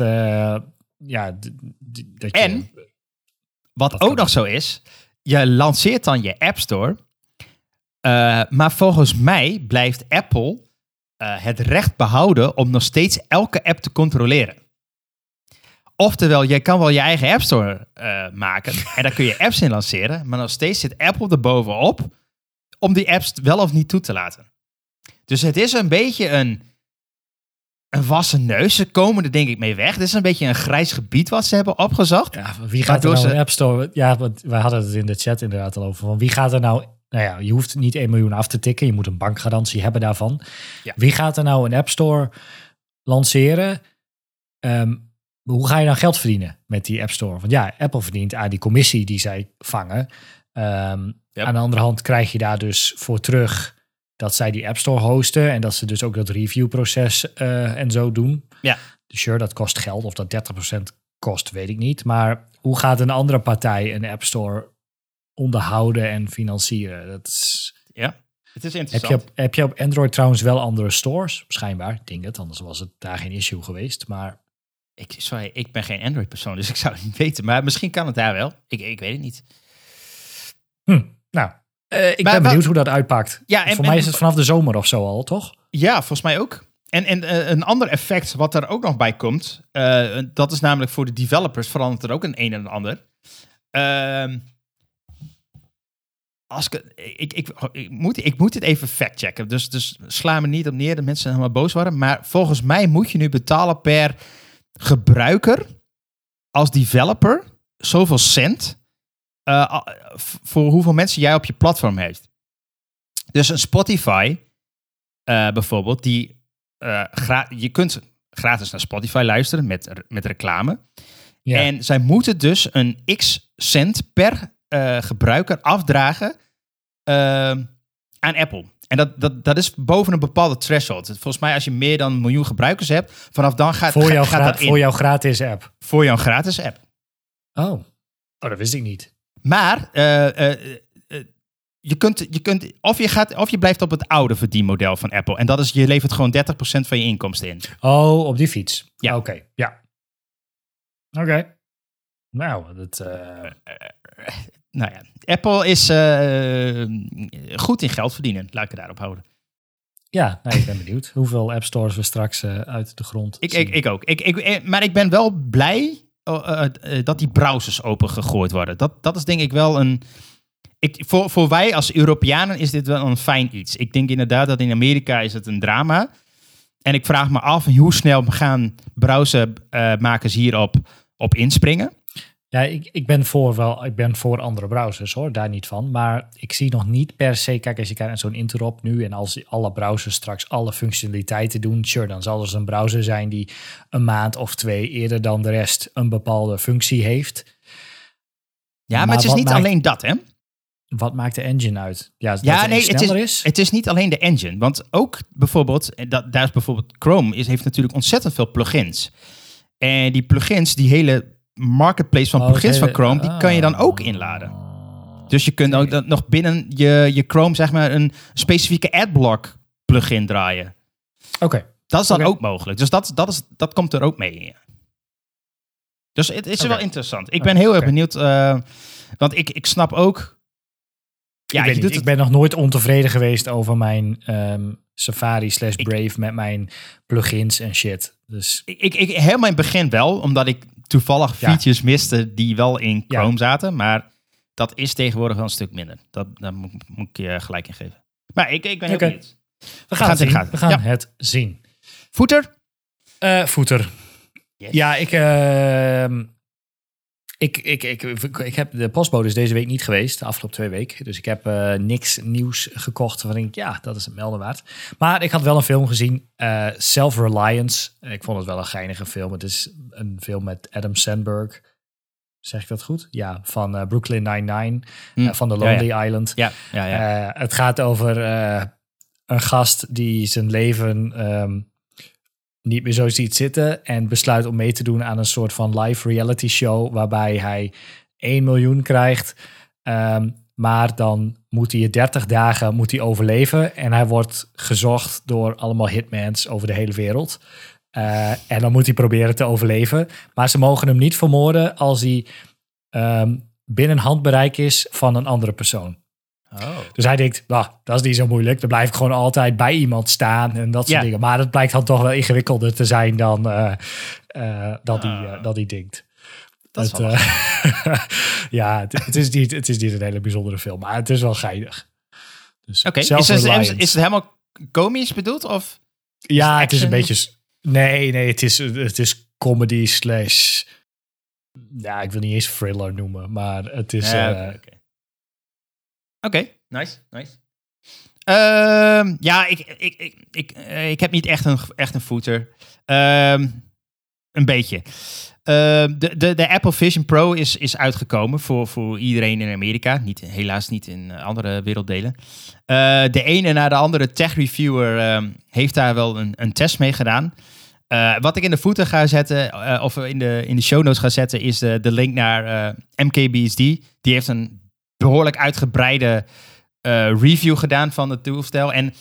En wat ook nog zo is, je lanceert dan je App Store. Maar volgens mij blijft Apple het recht behouden om nog steeds elke app te controleren. Oftewel, jij kan wel je eigen App Store maken en daar kun je apps in lanceren, maar nog steeds zit Apple er bovenop om die apps wel of niet toe te laten. Dus het is een beetje een wassen neus. Ze komen er denk ik mee weg. Dit is een beetje een grijs gebied wat ze hebben opgezocht. Ja, wie gaat er nou een App Store... Ja, want wij hadden het in de chat inderdaad al over. Van wie gaat er nou... Nou ja, je hoeft niet 1 miljoen af te tikken. Je moet een bankgarantie hebben daarvan. Ja. Wie gaat er nou een App Store lanceren? Hoe ga je dan geld verdienen met die App Store? Want ja, Apple verdient aan die commissie die zij vangen. Aan de andere hand krijg je daar dus voor terug dat zij die App Store hosten en dat ze dus ook dat reviewproces en zo doen. Ja. Dus sure, dat kost geld. Of dat 30% kost, weet ik niet. Maar hoe gaat een andere partij een App Store onderhouden en financieren? Dat is... Ja, het is interessant. Heb je op Android trouwens wel andere stores? Schijnbaar, ik denk het. Anders was het daar geen issue geweest. Maar ik ben geen Android-persoon, dus ik zou het niet weten. Maar misschien kan het daar wel. Ik weet het niet. Nou, ik ben benieuwd hoe dat uitpakt. Ja, voor mij is het vanaf de zomer of zo al, toch? Ja, volgens mij ook. En een ander effect wat er ook nog bij komt, dat is namelijk voor de developers verandert er ook een en ander. Ik moet dit even factchecken. Dus sla me niet op neer dat mensen helemaal boos worden. Maar volgens mij moet je nu betalen per gebruiker als developer zoveel cent voor hoeveel mensen jij op je platform heeft. Dus een Spotify bijvoorbeeld, je kunt gratis naar Spotify luisteren met reclame. Ja. En zij moeten dus een x cent per gebruiker afdragen aan Apple. En dat is boven een bepaalde threshold. Volgens mij als je meer dan 1 miljoen gebruikers hebt, vanaf dan gaat dat in. Voor jouw gratis app. Voor jouw gratis app. Oh, dat wist ik niet. Maar je kunt of je blijft op het oude verdienmodel van Apple. En dat is, je levert gewoon 30% van je inkomsten in. Oh, op die fiets. Ja. Oké, ja. Oké. Nou, dat... Nou ja, Apple is goed in geld verdienen. Laat ik het daarop houden. Ja, nou, ik ben benieuwd hoeveel app stores we straks uit de grond zien. Ik ook. Maar ik ben wel blij dat die browsers opengegooid worden. Dat is denk ik wel een... Voor wij als Europeanen is dit wel een fijn iets. Ik denk inderdaad dat in Amerika is het een drama. En ik vraag me af hoe snel gaan browsermakers hierop inspringen. Ja, ik ben voor andere browsers hoor, daar niet van. Maar ik zie nog niet per se, kijk als je kijkt naar zo'n interop nu en als alle browsers straks alle functionaliteiten doen, sure, dan zal er een browser zijn die een maand of 2 eerder dan de rest een bepaalde functie heeft. Ja, maar het is niet alleen dat, hè? Wat maakt de engine uit? Het is niet alleen de engine. Want ook bijvoorbeeld, daar is bijvoorbeeld Chrome heeft natuurlijk ontzettend veel plugins. En die plugins, die hele marketplace van plugins van Chrome, die kan je dan ook inladen. Dus je kunt ook nog binnen je Chrome zeg maar een specifieke adblock plugin draaien. Oké. Dat is dan Oké. ook mogelijk. Dus dat komt er ook mee. Ja. Dus het is wel interessant. Ik ben heel erg benieuwd. Want ik snap ook... Ja, ik ben nog nooit ontevreden geweest over mijn Safari/Brave met mijn plugins en shit. Dus Ik helemaal in het begin wel, omdat ik toevallig features miste die wel in Chrome zaten. Maar dat is tegenwoordig wel een stuk minder. Daar moet ik je gelijk in geven. Maar ik ben heel benieuwd. We gaan het zien. Footer? Footer. Yes. Ja, ik heb de postbode deze week niet geweest, de afgelopen 2 weken. Dus ik heb niks nieuws gekocht van ik, dat is het melden waard. Maar ik had wel een film gezien, Self-Reliance. Ik vond het wel een geinige film. Het is een film met Adam Sandberg. Zeg ik dat goed? Ja, van Brooklyn Nine-Nine, van The Lonely Island. Ja. Het gaat over een gast die zijn leven niet meer zo ziet zitten en besluit om mee te doen aan een soort van live reality show waarbij hij 1 miljoen krijgt. Maar dan moet hij 30 dagen overleven en hij wordt gezocht door allemaal hitmans over de hele wereld. En dan moet hij proberen te overleven. Maar ze mogen hem niet vermoorden als hij binnen handbereik is van een andere persoon. Oh. Dus hij denkt, dat is niet zo moeilijk. Dan blijf ik gewoon altijd bij iemand staan en dat soort dingen. Maar het blijkt dan toch wel ingewikkelder te zijn dan dat hij denkt. Dat is wel ja, het is niet een hele bijzondere film, maar het is wel geinig. Dus Oké, is het helemaal komisch bedoeld? Of ja, het is een beetje... Nee, het is comedy / ja, ik wil niet eens thriller noemen, maar het is... Oké, nice. Ja, ik heb niet echt een footer. Een beetje. De Apple Vision Pro is uitgekomen voor iedereen in Amerika. Helaas niet in andere werelddelen. De ene na de andere tech reviewer heeft daar wel een test mee gedaan. Wat ik in de footer ga zetten, of in de show notes ga zetten, is de link naar MKBHD. Die heeft een behoorlijk uitgebreide review gedaan van het toestel. En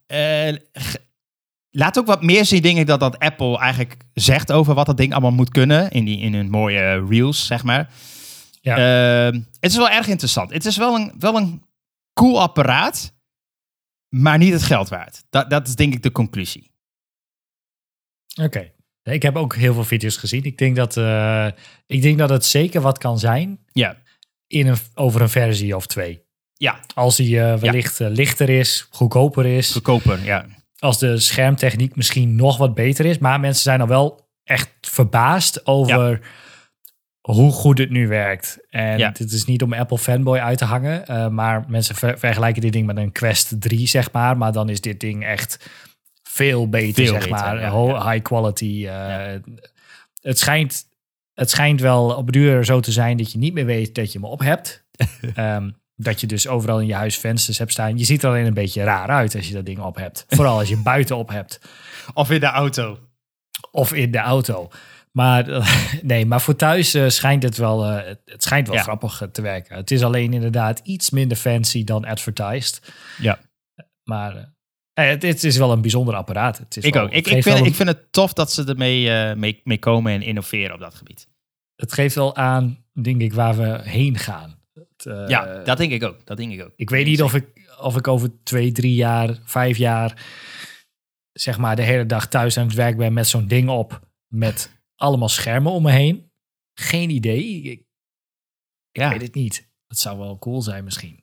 laat ook wat meer zien dingen dat Apple eigenlijk zegt over wat dat ding allemaal moet kunnen. In hun mooie reels, zeg maar. Ja. Het is wel erg interessant. Het is wel een cool apparaat, maar niet het geld waard. Dat is denk ik de conclusie. Oké. Ik heb ook heel veel video's gezien. Ik denk dat het zeker wat kan zijn. Ja. Over een versie of 2. Ja. Als hij wellicht lichter is, goedkoper is. Goedkoper, ja. Als de schermtechniek misschien nog wat beter is. Maar mensen zijn al wel echt verbaasd over hoe goed het nu werkt. En dit is niet om Apple fanboy uit te hangen. Maar mensen vergelijken dit ding met een Quest 3, zeg maar. Maar dan is dit ding echt veel beter, zeg maar. High quality. Het schijnt wel op de duur zo te zijn dat je niet meer weet dat je hem op hebt. Dat je dus overal in je huis vensters hebt staan. Je ziet er alleen een beetje raar uit als je dat ding op hebt. Vooral als je buiten op hebt. Of in de auto. Maar voor thuis schijnt het wel, grappig te werken. Het is alleen inderdaad iets minder fancy dan advertised. Ja. Maar het is wel een bijzonder apparaat. Het is ook. Ik vind het tof dat ze ermee mee komen en innoveren op dat gebied. Het geeft wel aan, denk ik, waar we heen gaan. Dat denk ik ook. Ik weet niet of ik over 2, 3 jaar, 5 jaar, zeg maar, de hele dag thuis aan het werk ben met zo'n ding op, met allemaal schermen om me heen. Geen idee. Ik weet het niet. Dat zou wel cool zijn misschien.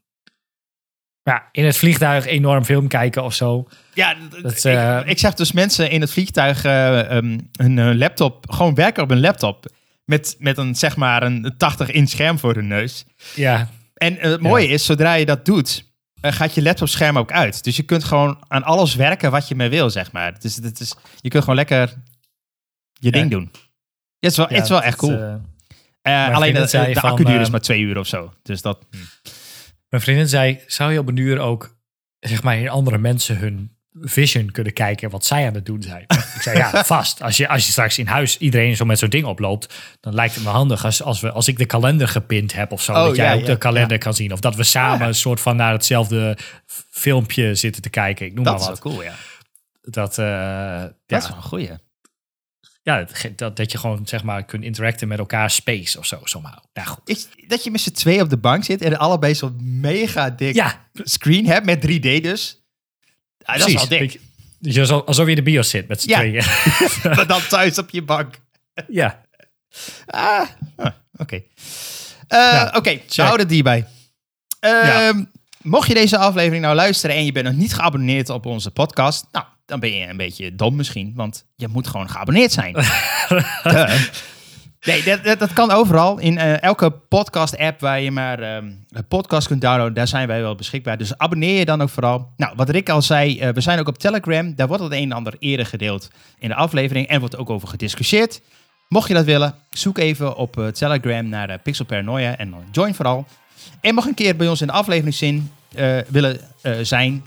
Ja, in het vliegtuig enorm film kijken of zo. Ja, ik zag dus mensen in het vliegtuig hun laptop, gewoon werken op een laptop. Met een, zeg maar, een 80-inch scherm voor hun neus. Ja. En het mooie is, zodra je dat doet, gaat je laptopscherm ook uit. Dus je kunt gewoon aan alles werken wat je mee wil, zeg maar. Dus je kunt gewoon lekker je ding doen. Het is wel echt cool. Alleen de accuduur is maar 2 uur of zo. Dus dat... Mijn vriendin zei, zou je op een duur ook, zeg maar, in andere mensen hun vision kunnen kijken wat zij aan het doen zijn? Ik zei, ja, vast. Als je straks in huis iedereen zo met zo'n ding oploopt, dan lijkt het me handig als ik de kalender gepind heb of zo, dat jij ook de kalender kan zien. Of dat we samen een soort van naar hetzelfde filmpje zitten te kijken. Ik noem maar wat. Dat is wel cool, ja. Dat Dat is wel een goeie. Ja, dat je gewoon zeg maar kunt interacten met elkaar space of zo. Somehow. Ja, goed. Dat je met z'n tweeën op de bank zit en allebei zo'n mega dik screen hebt met 3D dus. Ja, dat is wel dik. Dus alsof je in de bios zit met z'n tweeën. Maar dan thuis op je bank. Ja. Oké. Oké, we houden het hierbij. Mocht je deze aflevering nou luisteren en je bent nog niet geabonneerd op onze podcast, nou, dan ben je een beetje dom misschien, want je moet gewoon geabonneerd zijn. Nee, dat kan overal. In elke podcast-app waar je maar een podcast kunt downloaden, daar zijn wij wel beschikbaar. Dus abonneer je dan ook vooral. Nou, wat Rick al zei, we zijn ook op Telegram. Daar wordt het een en ander eerder gedeeld in de aflevering en wordt ook over gediscussieerd. Mocht je dat willen, zoek even op Telegram naar Pixel Paranoia en dan join vooral. En mocht een keer bij ons in de aflevering willen zijn,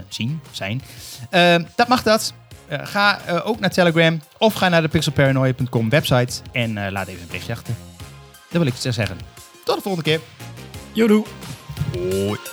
dat mag dat. Ga ook naar Telegram of ga naar de pixelparanoia.com website en laat even een berichtje achter. Dat wil ik zeggen. Tot de volgende keer. Joedoe. Hoi.